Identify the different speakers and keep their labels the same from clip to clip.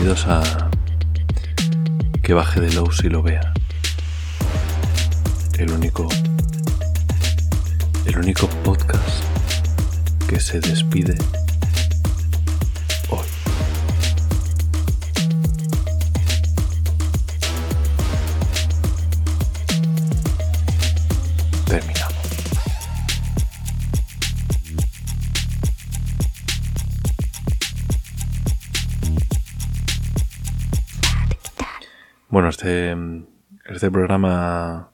Speaker 1: Bienvenidos a Que baje de Lowe's y lo vea. El único podcast que se despide hoy. Terminamos. Bueno, este programa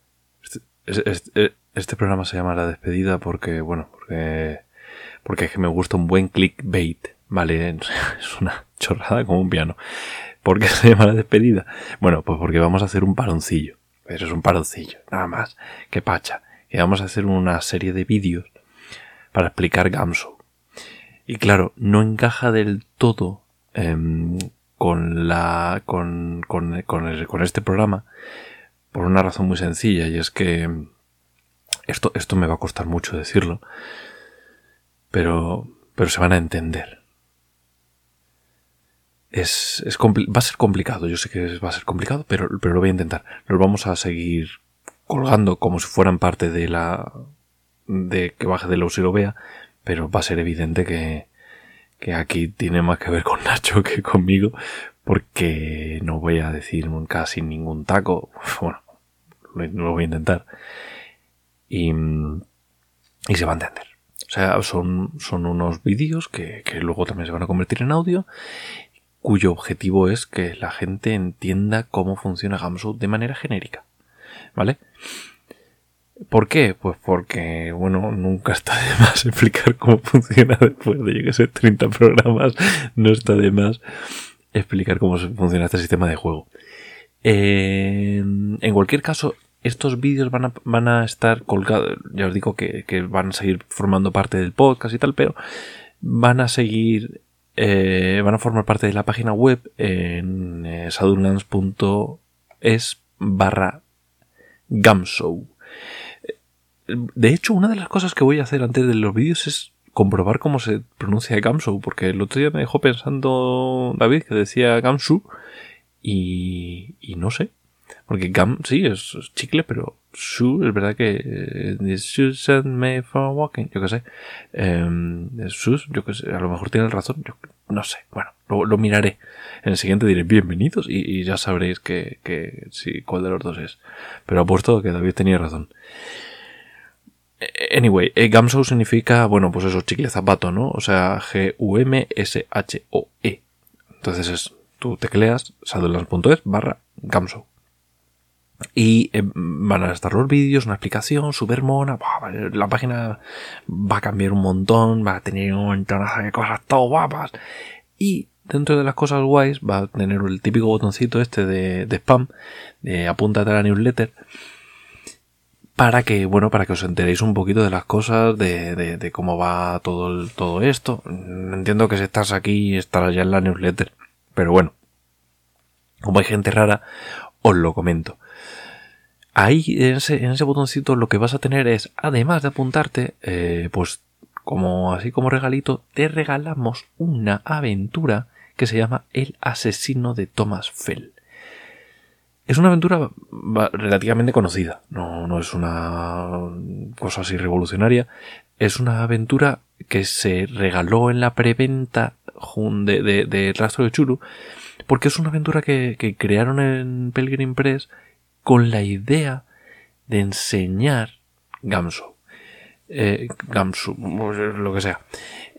Speaker 1: este programa se llama La Despedida porque es que me gusta un buen clickbait, ¿vale? Es una chorrada como un piano. ¿Por qué se llama La Despedida? Bueno, pues porque vamos a hacer un paroncillo. Pero es un paroncillo, nada más. ¡Qué pacha! Y vamos a hacer una serie de vídeos para explicar Gamshow. Y claro, no encaja del todo con este programa por una razón muy sencilla, y es que esto me va a costar mucho decirlo, pero se van a entender. Va a ser complicado, yo sé que va a ser complicado, pero lo voy a intentar. Los vamos a seguir colgando como si fueran parte de que baje de Lowe's y lo vea, pero va a ser evidente que aquí tiene más que ver con Nacho que conmigo, porque no voy a decir casi ningún taco. Bueno, lo voy a intentar. Y se va a entender. O sea, son unos vídeos que luego también se van a convertir en audio, cuyo objetivo es que la gente entienda cómo funciona Gamshow de manera genérica, ¿vale? ¿Por qué? Pues porque, bueno, nunca está de más explicar cómo funciona después de, yo que sé, 30 programas. No está de más explicar cómo funciona este sistema de juego. En cualquier caso, estos vídeos van a estar colgados. Ya os digo que van a seguir formando parte del podcast y tal, pero van a formar parte de la página web en shadowlands.es/Gamshow. De hecho, una de las cosas que voy a hacer antes de los vídeos es comprobar cómo se pronuncia Gamshow, porque el otro día me dejó pensando David que decía Gamshow y no sé, porque sí es chicle, pero shoe es verdad que shoes are made for walking, yo que sé, shoes, yo que sé, a lo mejor tiene razón, yo no sé, bueno, lo miraré. En el siguiente diré bienvenidos y ya sabréis que sí, cuál de los dos es, pero apuesto que David tenía razón. Anyway, Gamshow significa, bueno, pues eso, chicle zapato, ¿no? O sea, G-U-M-S-H-O-E. Entonces tú tecleas shadowlands.es/Gamshow. Y van a estar los vídeos, una explicación súper mona. La página va a cambiar un montón, va a tener un montón de cosas todo guapas. Y dentro de las cosas guays va a tener el típico botoncito este de spam, de apúntate a la newsletter, para que os enteréis un poquito de las cosas, de cómo va todo esto. Entiendo que si estás aquí estarás ya en la newsletter, pero bueno, como hay gente rara, os lo comento. Ahí, en ese botoncito, lo que vas a tener es, además de apuntarte, pues así como regalito, te regalamos una aventura que se llama El asesino de Thomas Fell. Es una aventura relativamente conocida, no es una cosa así revolucionaria. Es una aventura que se regaló en la preventa de Rastro de Chulu, porque es una aventura que crearon en Pelgrane Press con la idea de enseñar Gamshow. Gamshow, lo que sea.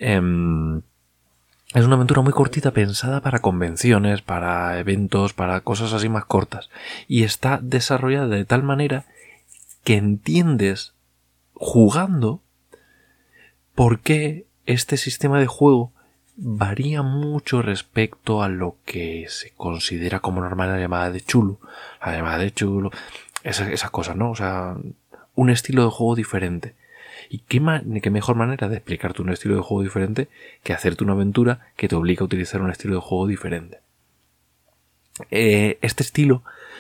Speaker 1: Es una aventura muy cortita, pensada para convenciones, para eventos, para cosas así más cortas. Y está desarrollada de tal manera que entiendes, jugando, por qué este sistema de juego varía mucho respecto a lo que se considera como normal la llamada de Chulu. La llamada de Chulu, esas cosas, ¿no? O sea, un estilo de juego diferente. Y qué mejor manera de explicarte un estilo de juego diferente que hacerte una aventura que te obliga a utilizar un estilo de juego diferente. Este estilo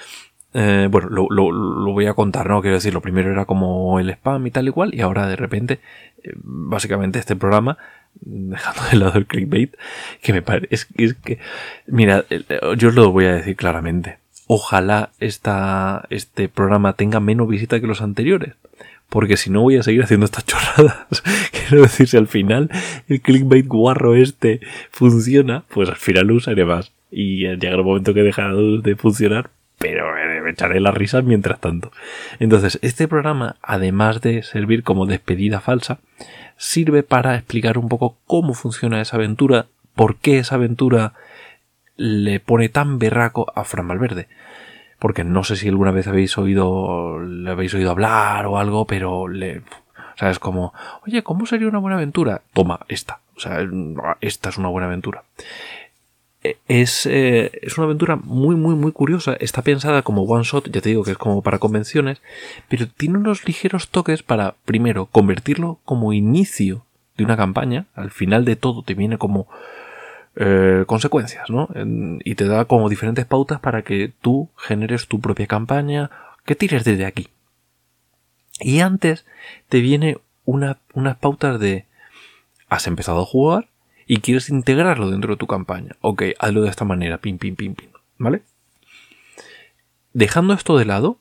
Speaker 1: Bueno, lo voy a contar, ¿no? Quiero decir, lo primero era como el spam y tal y cual, y ahora de repente, básicamente este programa, dejando de lado el clickbait, que me parece, es que, mira, yo os lo voy a decir claramente. Ojalá este programa tenga menos visita que los anteriores, porque si no voy a seguir haciendo estas chorradas. Quiero decir, si al final el clickbait guarro funciona, pues al final lo usaré más. Y llegará un momento que dejará de funcionar, pero me echaré las risas mientras tanto. Entonces, este programa, además de servir como despedida falsa, sirve para explicar un poco cómo funciona esa aventura, por qué esa aventura le pone tan berraco a Fran Valverde. Porque no sé si alguna vez le habéis oído hablar o algo, pero o sea, es como, oye, ¿cómo sería una buena aventura? Toma, esta. O sea, esta es una buena aventura. Es una aventura muy, muy, muy curiosa. Está pensada como one shot, ya te digo que es como para convenciones, pero tiene unos ligeros toques para, primero, convertirlo como inicio de una campaña. Al final de todo te viene como consecuencias, ¿no? Y te da como diferentes pautas para que tú generes tu propia campaña, que tires desde aquí. Y antes te viene unas pautas de has empezado a jugar y quieres integrarlo dentro de tu campaña. Ok, hazlo de esta manera, pim, pim, pim, pim, ¿vale? Dejando esto de lado,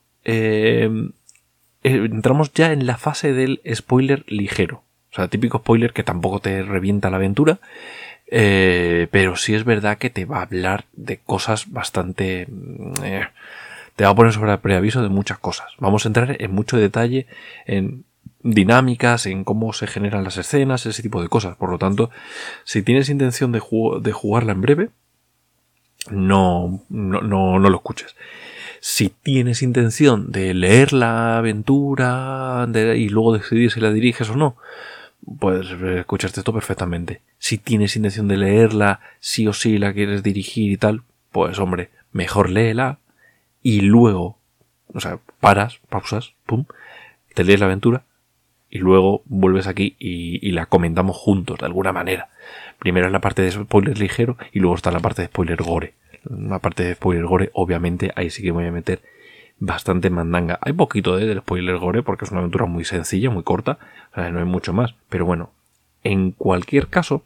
Speaker 1: entramos ya en la fase del spoiler ligero. O sea, típico spoiler que tampoco te revienta la aventura, pero sí es verdad que te va a hablar de cosas bastante... te va a poner sobre preaviso de muchas cosas. Vamos a entrar en mucho detalle en dinámicas, en cómo se generan las escenas, ese tipo de cosas. Por lo tanto, si tienes intención de jugarla en breve, no lo escuches. Si tienes intención de leer la aventura y luego decidir si la diriges o no, puedes escucharte esto perfectamente. Si tienes intención de leerla, sí o sí la quieres dirigir y tal, pues hombre, mejor léela y luego, o sea, pausas, pum, te lees la aventura y luego vuelves aquí y la comentamos juntos de alguna manera. Primero es la parte de spoiler ligero y luego está la parte de spoiler gore. La parte de spoiler gore, obviamente, ahí sí que voy a meter bastante mandanga. Hay poquito del spoiler gore porque es una aventura muy sencilla, muy corta, o sea, no hay mucho más. Pero bueno, en cualquier caso,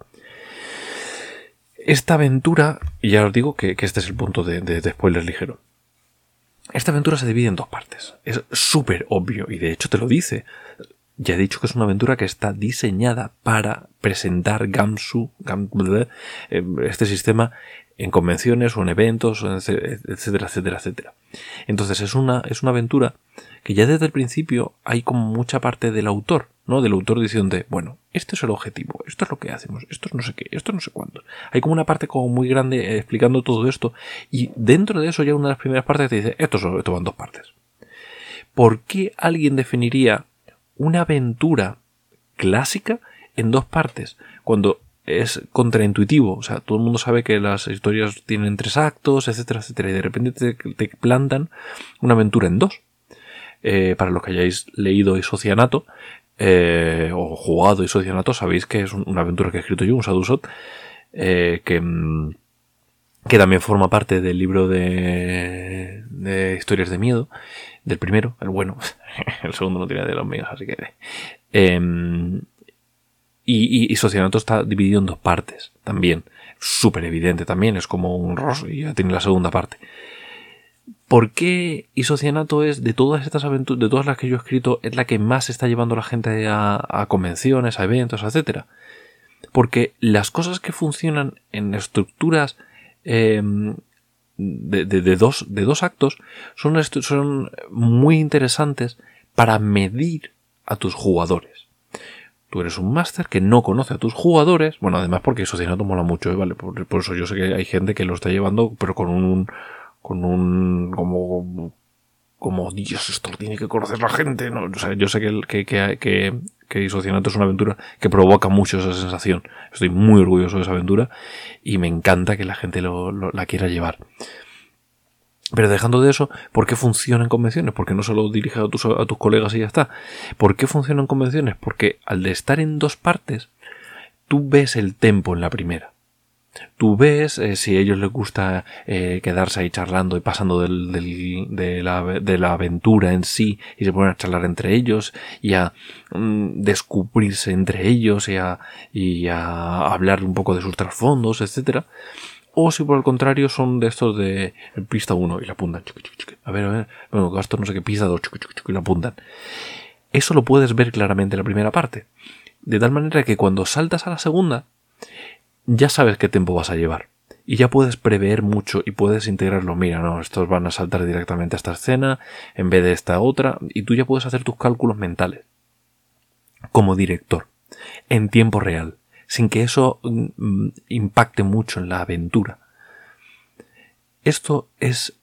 Speaker 1: esta aventura, y ya os digo que este es el punto de spoiler ligero. Esta aventura se divide en dos partes. Es súper obvio y de hecho te lo dice. Ya he dicho que es una aventura que está diseñada para presentar Gamsu, este sistema en convenciones o en eventos, etcétera, etcétera, etcétera. Entonces es una aventura que ya desde el principio hay como mucha parte del autor, ¿no? Del autor diciendo, bueno, este es el objetivo, esto es lo que hacemos, esto es no sé qué, esto es no sé cuánto. Hay como una parte como muy grande explicando todo esto y dentro de eso ya una de las primeras partes te dice, esto van dos partes. ¿Por qué alguien definiría una aventura clásica en dos partes cuando es contraintuitivo? O sea, todo el mundo sabe que las historias tienen 3 actos, etcétera, etcétera, y de repente te plantan una aventura en 2. Para los que hayáis leído Isocianato o jugado Isocianato, sabéis que es una aventura que he escrito yo, un Sadusot, que también forma parte del libro de historias de miedo, del primero, el bueno. El segundo no tiene de los míos, así que... Y Socianato está dividido en 2 partes también. Súper evidente también, es como un roso y ya tiene la segunda parte. ¿Por qué Isocianato es, de todas estas aventuras, de todas las que yo he escrito, es la que más está llevando a la gente a convenciones, a eventos, etcétera? Porque las cosas que funcionan en estructuras de 2 actos son muy interesantes para medir a tus jugadores. Tú eres un máster que no conoce a tus jugadores. Bueno, además porque Isocianato mola mucho, ¿vale? Por eso yo sé que hay gente que lo está llevando, pero con un como Dios, esto lo tiene que conocer la gente, ¿no? O sea, yo sé que Isocianato es una aventura que provoca mucho esa sensación. Estoy muy orgulloso de esa aventura y me encanta que la gente la quiera llevar. Pero dejando de eso, ¿por qué funciona en convenciones? Porque no solo diriges a tus colegas y ya está. ¿Por qué funciona en convenciones? Porque al de estar en 2 partes, tú ves el tempo en la primera. Tú ves si a ellos les gusta quedarse ahí charlando y pasando de la aventura en sí y se ponen a charlar entre ellos y a descubrirse entre ellos y a hablar un poco de sus trasfondos, etcétera. O si por el contrario son de estos de pista 1 y la apuntan. A ver, bueno, gasto no sé qué, pista 2 y la apuntan. Eso lo puedes ver claramente en la primera parte. De tal manera que cuando saltas a la segunda, ya sabes qué tiempo vas a llevar. Y ya puedes prever mucho y puedes integrarlo. Mira, no, estos van a saltar directamente a esta escena en vez de esta otra. Y tú ya puedes hacer tus cálculos mentales. Como director. En tiempo real. Sin que eso impacte mucho en la aventura. Esto es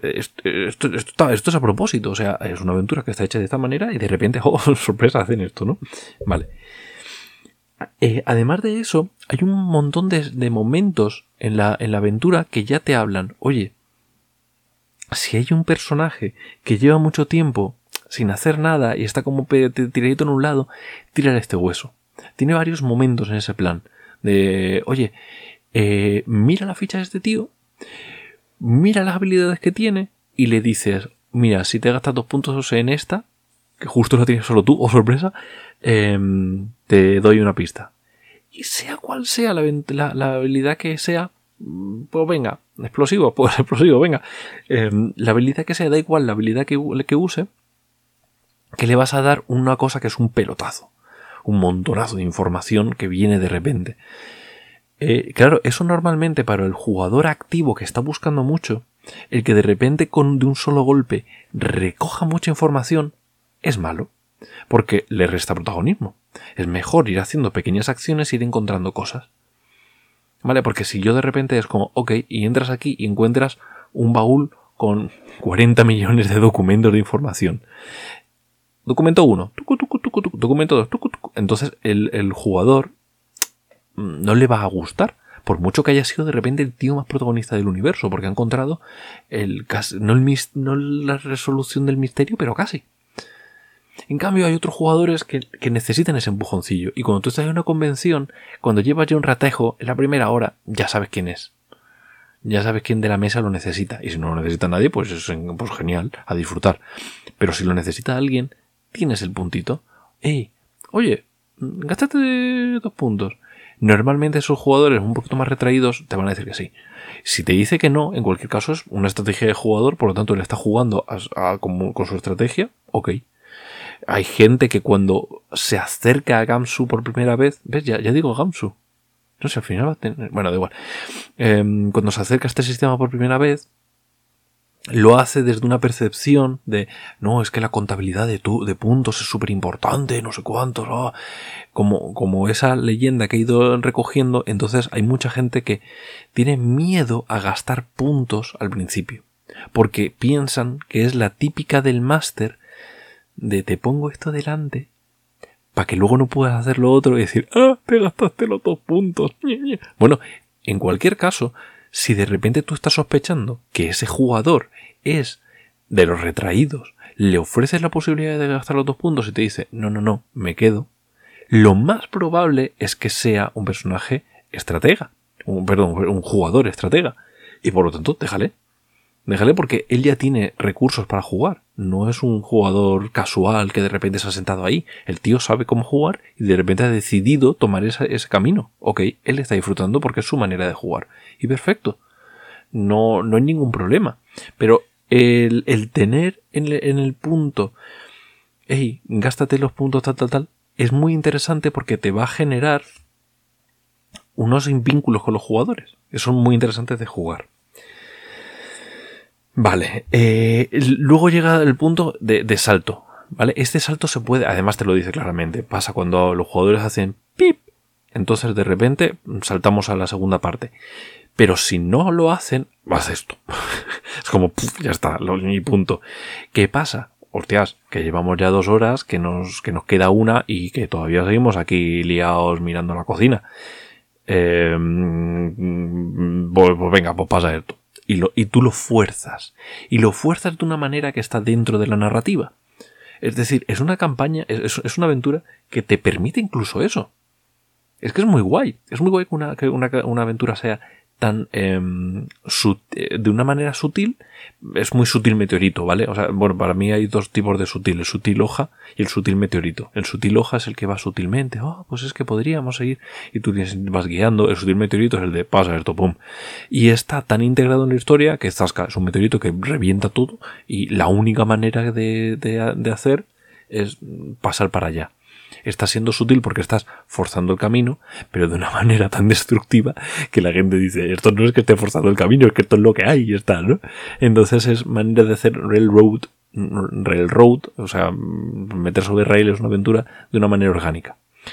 Speaker 1: a propósito. O sea, es una aventura que está hecha de esta manera y de repente, oh, sorpresa, hacen esto, ¿no? Vale. Además de eso, hay un montón de momentos en la aventura que ya te hablan. Oye, si hay un personaje que lleva mucho tiempo sin hacer nada y está como tiradito en un lado, tírale este hueso. Tiene varios momentos en ese plan. De, oye, mira la ficha de este tío, mira las habilidades que tiene y le dices, mira, si te gastas 2 puntos en esta, que justo la tienes solo tú, oh sorpresa, te doy una pista. Y sea cual sea la habilidad que sea, pues venga, explosivo, pues explosivo, venga. La habilidad que sea, da igual la habilidad que use, que le vas a dar una cosa que es un pelotazo. Un montonazo de información que viene de repente. Claro, eso normalmente para el jugador activo que está buscando mucho, el que de repente de un solo golpe recoja mucha información, es malo. Porque le resta protagonismo. Es mejor ir haciendo pequeñas acciones e ir encontrando cosas. ¿Vale? Porque si yo de repente es como, ok, y entras aquí y encuentras un baúl con 40 millones de documentos de información. Documento 1, documento 2, entonces el jugador no le va a gustar, por mucho que haya sido de repente el tío más protagonista del universo, porque ha encontrado no la resolución del misterio, pero casi. En cambio hay otros jugadores que necesitan ese empujoncillo, y cuando tú estás en una convención, cuando llevas ya un ratejo, en la primera hora, ya sabes quién es. Ya sabes quién de la mesa lo necesita, y si no lo necesita nadie, pues es pues genial, a disfrutar. Pero si lo necesita alguien, tienes el puntito. ¡Ey! Oye, gástate 2 puntos. Normalmente esos jugadores un poquito más retraídos te van a decir que sí. Si te dice que no, en cualquier caso es una estrategia de jugador, por lo tanto él está jugando con su estrategia, ok. Hay gente que cuando se acerca a Gamsu por primera vez, ¿ves? Ya digo Gamsu. No sé, al final va a tener... Bueno, da igual. Cuando se acerca a este sistema por primera vez, lo hace desde una percepción de, no, es que la contabilidad de puntos es súper importante, no sé cuántos, oh. Como esa leyenda que he ido recogiendo, entonces hay mucha gente que tiene miedo a gastar puntos al principio, porque piensan que es la típica del máster de te pongo esto delante para que luego no puedas hacer lo otro y decir, te gastaste los 2 puntos. Bueno, en cualquier caso, si de repente tú estás sospechando que ese jugador es de los retraídos, le ofreces la posibilidad de gastar los 2 puntos y te dice, no, me quedo, lo más probable es que sea un personaje estratega, un jugador estratega, y por lo tanto, déjale porque él ya tiene recursos para jugar, no es un jugador casual que de repente se ha sentado ahí, el tío sabe cómo jugar y de repente ha decidido tomar ese camino, ok, él está disfrutando porque es su manera de jugar, y perfecto, no hay ningún problema, pero el tener en el punto, hey, gástate los puntos tal, es muy interesante porque te va a generar unos vínculos con los jugadores, que son muy interesantes de jugar. Vale, luego llega el punto de salto, ¿vale? Este salto se puede, además te lo dice claramente, pasa cuando los jugadores hacen pip, entonces de repente saltamos a la segunda parte. Pero si no lo hacen, haz esto. Es como, ya está, mi punto. ¿Qué pasa? Hostias, que llevamos ya 2 horas, que nos queda una y que todavía seguimos aquí liados mirando la cocina. Pues venga, pues pasa esto. Y tú lo fuerzas. Y lo fuerzas de una manera que está dentro de la narrativa. Es decir, es una campaña, es una aventura que te permite incluso eso. Es que es muy guay. Es muy guay que una aventura sea tan de una manera sutil. Es muy sutil meteorito, ¿vale? O sea, bueno, para mí hay dos tipos de sutil: el sutil hoja y el sutil meteorito. El sutil hoja es el que va sutilmente, pues es que podríamos seguir, y tú vas guiando. El sutil meteorito es el de pasa esto, pum, y está tan integrado en la historia que zasca, es un meteorito que revienta todo, y la única manera de hacer es pasar para allá. Estás siendo sutil porque estás forzando el camino, pero de una manera tan destructiva que la gente dice, esto no es que esté forzando el camino, es que esto es lo que hay y está, ¿no? Entonces es manera de hacer railroad, o sea, meter sobre raíles una aventura de una manera orgánica.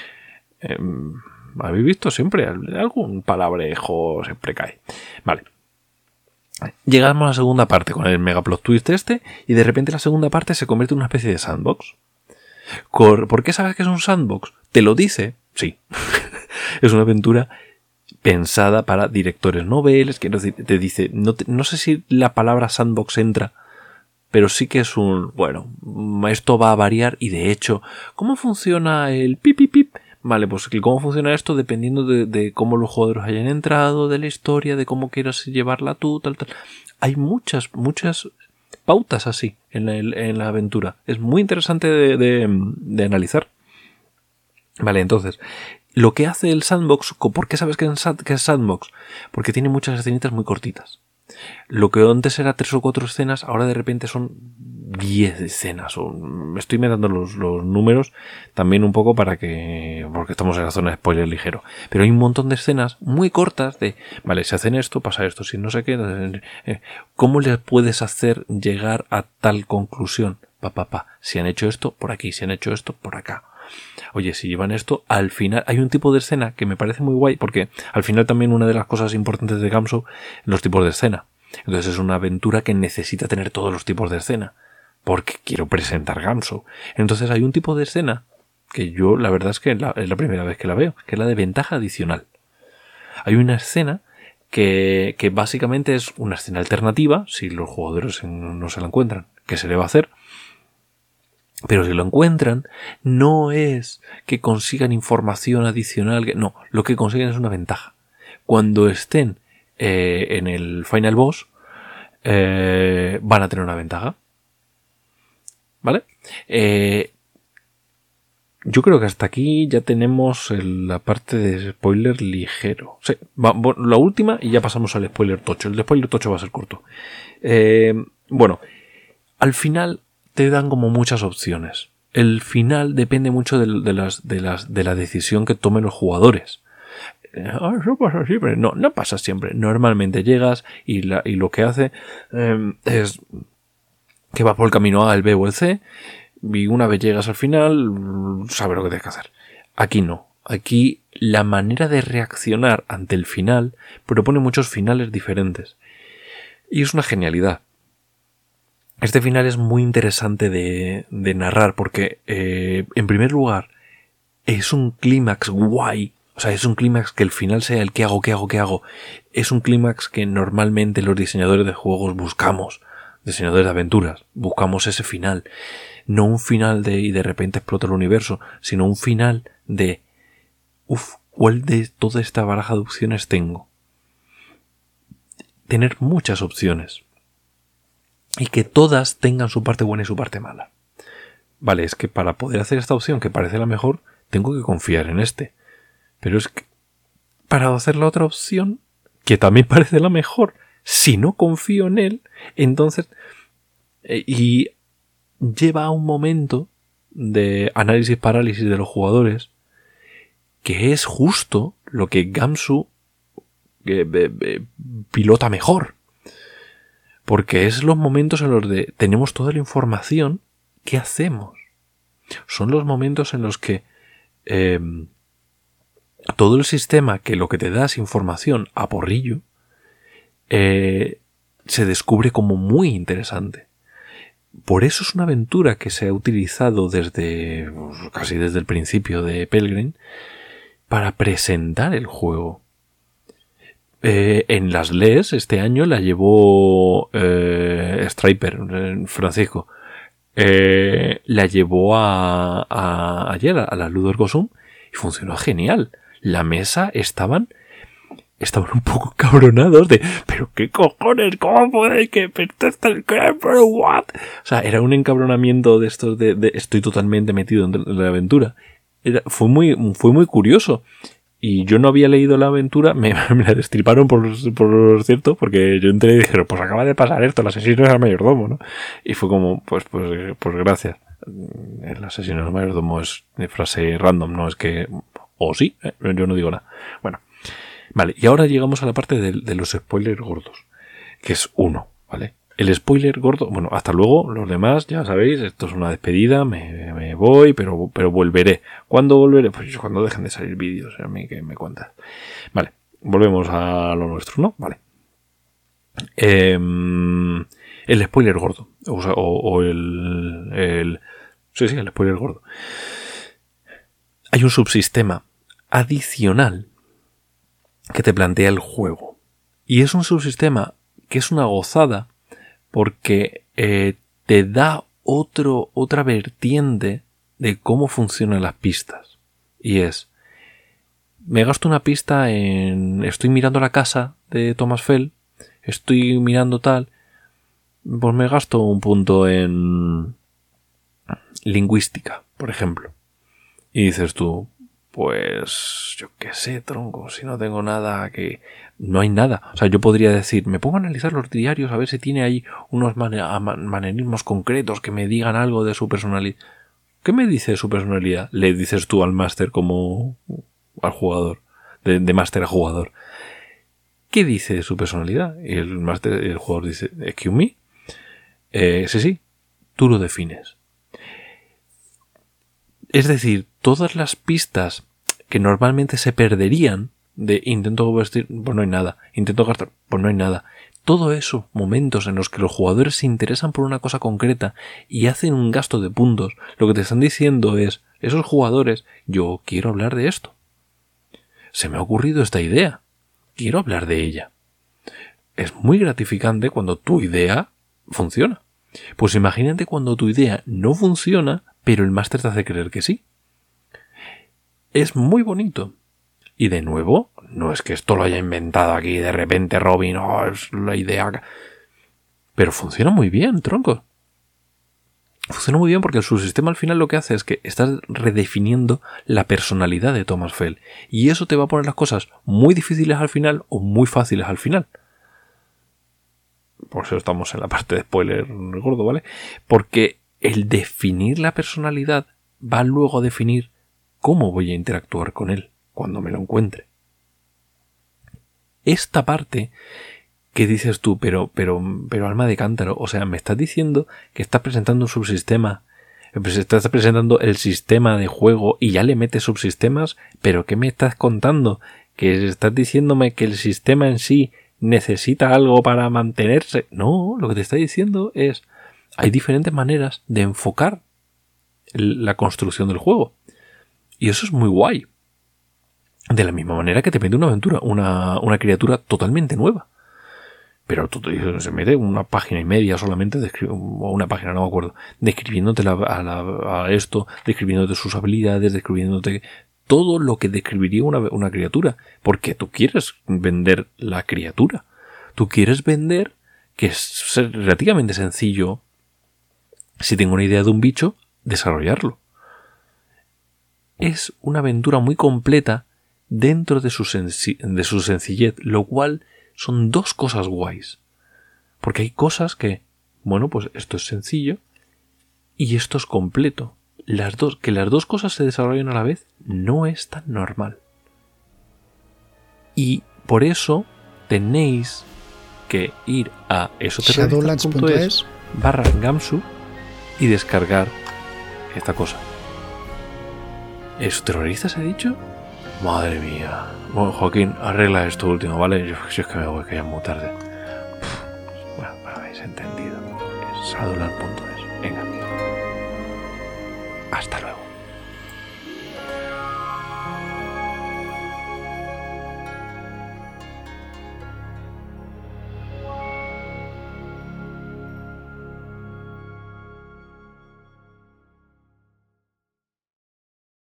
Speaker 1: ¿Habéis visto? Siempre algún palabrejo siempre cae. Vale. Llegamos a la segunda parte con el mega plot twist y de repente la segunda parte se convierte en una especie de sandbox. ¿Por qué sabes que es un sandbox? ¿Te lo dice? Sí. Es una aventura pensada para directores noveles, que te dice, no sé si la palabra sandbox entra, pero sí que es bueno, esto va a variar, y de hecho, ¿cómo funciona el pip pip pip? Vale, pues cómo funciona esto dependiendo de cómo los jugadores hayan entrado, de la historia, de cómo quieras llevarla tú, tal. Hay muchas pautas así en la aventura. Es muy interesante de analizar. Vale, entonces, lo que hace el sandbox, ¿por qué sabes que es sandbox? Porque tiene muchas escenitas muy cortitas. Lo que antes era 3 o 4 escenas, ahora de repente son 10 escenas. Me estoy metiendo los números también un poco porque estamos en la zona de spoiler ligero. Pero hay un montón de escenas muy cortas vale, si hacen esto, pasa esto, si no sé qué. ¿Cómo les puedes hacer llegar a tal conclusión? Si han hecho esto, por aquí, si han hecho esto, por acá. Oye, si llevan esto, al final hay un tipo de escena que me parece muy guay, porque al final también una de las cosas importantes de Gamso, los tipos de escena. Entonces es una aventura que necesita tener todos los tipos de escena, porque quiero presentar Gamso. Entonces hay un tipo de escena que yo, la verdad es que es la primera vez que la veo, que es la de ventaja adicional. Hay una escena que básicamente es una escena alternativa, si los jugadores no se la encuentran, ¿qué se le va a hacer? Pero si lo encuentran, no es que consigan información adicional, no, lo que consiguen es una ventaja. Cuando estén en el final boss, van a tener una ventaja. ¿Vale? Yo creo que hasta aquí ya tenemos la parte de spoiler ligero. Sí, la última y ya pasamos al spoiler tocho. El de spoiler tocho va a ser corto. Bueno, al final te dan como muchas opciones. El final depende mucho de la decisión que tomen los jugadores. Eso pasa siempre. No pasa siempre. Normalmente llegas y lo que hace es que vas por el camino A, el B o el C, y una vez llegas al final, sabes lo que tienes que hacer. Aquí no. Aquí la manera de reaccionar ante el final propone muchos finales diferentes. Y es una genialidad. Este final es muy interesante de narrar porque, en primer lugar, es un clímax guay. O sea, es un clímax que el final sea el ¿qué hago? Es un clímax que normalmente los diseñadores de juegos buscamos. Diseñadores de aventuras. Buscamos ese final. No un final y de repente explota el universo, sino un final de ¿cuál de toda esta baraja de opciones tengo? Tener muchas opciones. Y que todas tengan su parte buena y su parte mala. Vale, es que para poder hacer esta opción que parece la mejor, tengo que confiar en este. Pero es que para hacer la otra opción, que también parece la mejor, si no confío en él, entonces... y lleva a un momento de análisis parálisis de los jugadores que es justo lo que Gamsu pilota mejor. Porque es los momentos en los que tenemos toda la información, ¿qué hacemos? Son los momentos en los que todo el sistema, que lo que te da es información a porrillo, se descubre como muy interesante. Por eso es una aventura que se ha utilizado casi desde el principio de Pelgrim para presentar el juego. En las LES este año la llevó Striper, Francisco. La llevó ayer a la Ludor Gosum y funcionó genial.
Speaker 2: la mesa estaban un poco cabronados de, pero qué cojones, ¿cómo puede que pero what? O sea, era un encabronamiento de estos de estoy totalmente metido en la aventura. Fue muy curioso. Y yo no había leído la aventura, me la destriparon por cierto, porque yo entré y dije, pues acaba de pasar esto, el asesino es el mayordomo, ¿no? Y fue como, pues gracias. El asesino es el mayordomo es de frase random, no es que, o sí, yo no digo nada. Bueno, vale, y ahora llegamos a la parte de los spoilers gordos, que es uno, ¿vale? El spoiler gordo, bueno, hasta luego, los demás, ya sabéis, esto es una despedida, me voy, pero volveré. ¿Cuándo volveré? Pues cuando dejen de salir vídeos, a mí que me cuentas. Vale, volvemos a lo nuestro, ¿no? Vale. El spoiler gordo, o el spoiler gordo. Hay un subsistema adicional que te plantea el juego. Y es un subsistema que es una gozada, porque te da otra vertiente de cómo funcionan las pistas. Y es, me gasto una pista estoy mirando la casa de Thomas Fell, estoy mirando tal, pues me gasto un punto en lingüística, por ejemplo. Y dices tú, pues yo qué sé, tronco, si no tengo nada que... No hay nada. O sea, yo podría decir, me pongo a analizar los diarios a ver si tiene ahí unos manerismos concretos que me digan algo de su personalidad. ¿Qué me dice de su personalidad? Le dices tú al máster como al jugador, de máster a jugador. ¿Qué dice de su personalidad? Y el jugador dice, excuse me. Sí, tú lo defines. Es decir, todas las pistas que normalmente se perderían de intento vestir, pues no hay nada, intento gastar, pues no hay nada. Todo eso, momentos en los que los jugadores se interesan por una cosa concreta y hacen un gasto de puntos, lo que te están diciendo es, esos jugadores, yo quiero hablar de esto. Se me ha ocurrido esta idea, quiero hablar de ella. Es muy gratificante cuando tu idea funciona. Pues imagínate cuando tu idea no funciona, pero el máster te hace creer que sí. Es muy bonito. Y de nuevo, no es que esto lo haya inventado aquí de repente Robin, es la idea. Pero funciona muy bien, tronco. Funciona muy bien porque el subsistema al final lo que hace es que estás redefiniendo la personalidad de Thomas Fell. Y eso te va a poner las cosas muy difíciles al final o muy fáciles al final. Por eso estamos en la parte de spoiler gordo, ¿vale? Porque el definir la personalidad va luego a definir cómo voy a interactuar con él cuando me lo encuentre. Esta parte que dices tú, pero alma de cántaro, o sea, me estás diciendo que estás presentando un subsistema, estás presentando el sistema de juego y ya le metes subsistemas, pero ¿qué me estás contando? ¿Que estás diciéndome que el sistema en sí necesita algo para mantenerse? No, lo que te está diciendo es, hay diferentes maneras de enfocar la construcción del juego. Y eso es muy guay. De la misma manera que te mete una aventura, una criatura totalmente nueva. Pero se mete una página y media solamente, o una página, no me acuerdo, describiéndote a esto, describiéndote sus habilidades, describiéndote todo lo que describiría una criatura. Porque tú quieres vender la criatura. Tú quieres vender que es relativamente sencillo, si tengo una idea de un bicho, desarrollarlo. Es una aventura muy completa dentro de su sencillez, lo cual son dos cosas guays. Porque hay cosas que, bueno, pues esto es sencillo y esto es completo. Que las dos cosas se desarrollen a la vez no es tan normal. Y por eso tenéis que ir a esoterroristas.es/Gamsu y descargar esta cosa. ¿Esoterroristas he dicho? Madre mía. Bueno, Joaquín, arregla esto último, ¿vale? Si es que me voy, que ya es muy tarde. Bueno, habéis entendido. Es Shadowlands.es. Venga. Hasta luego.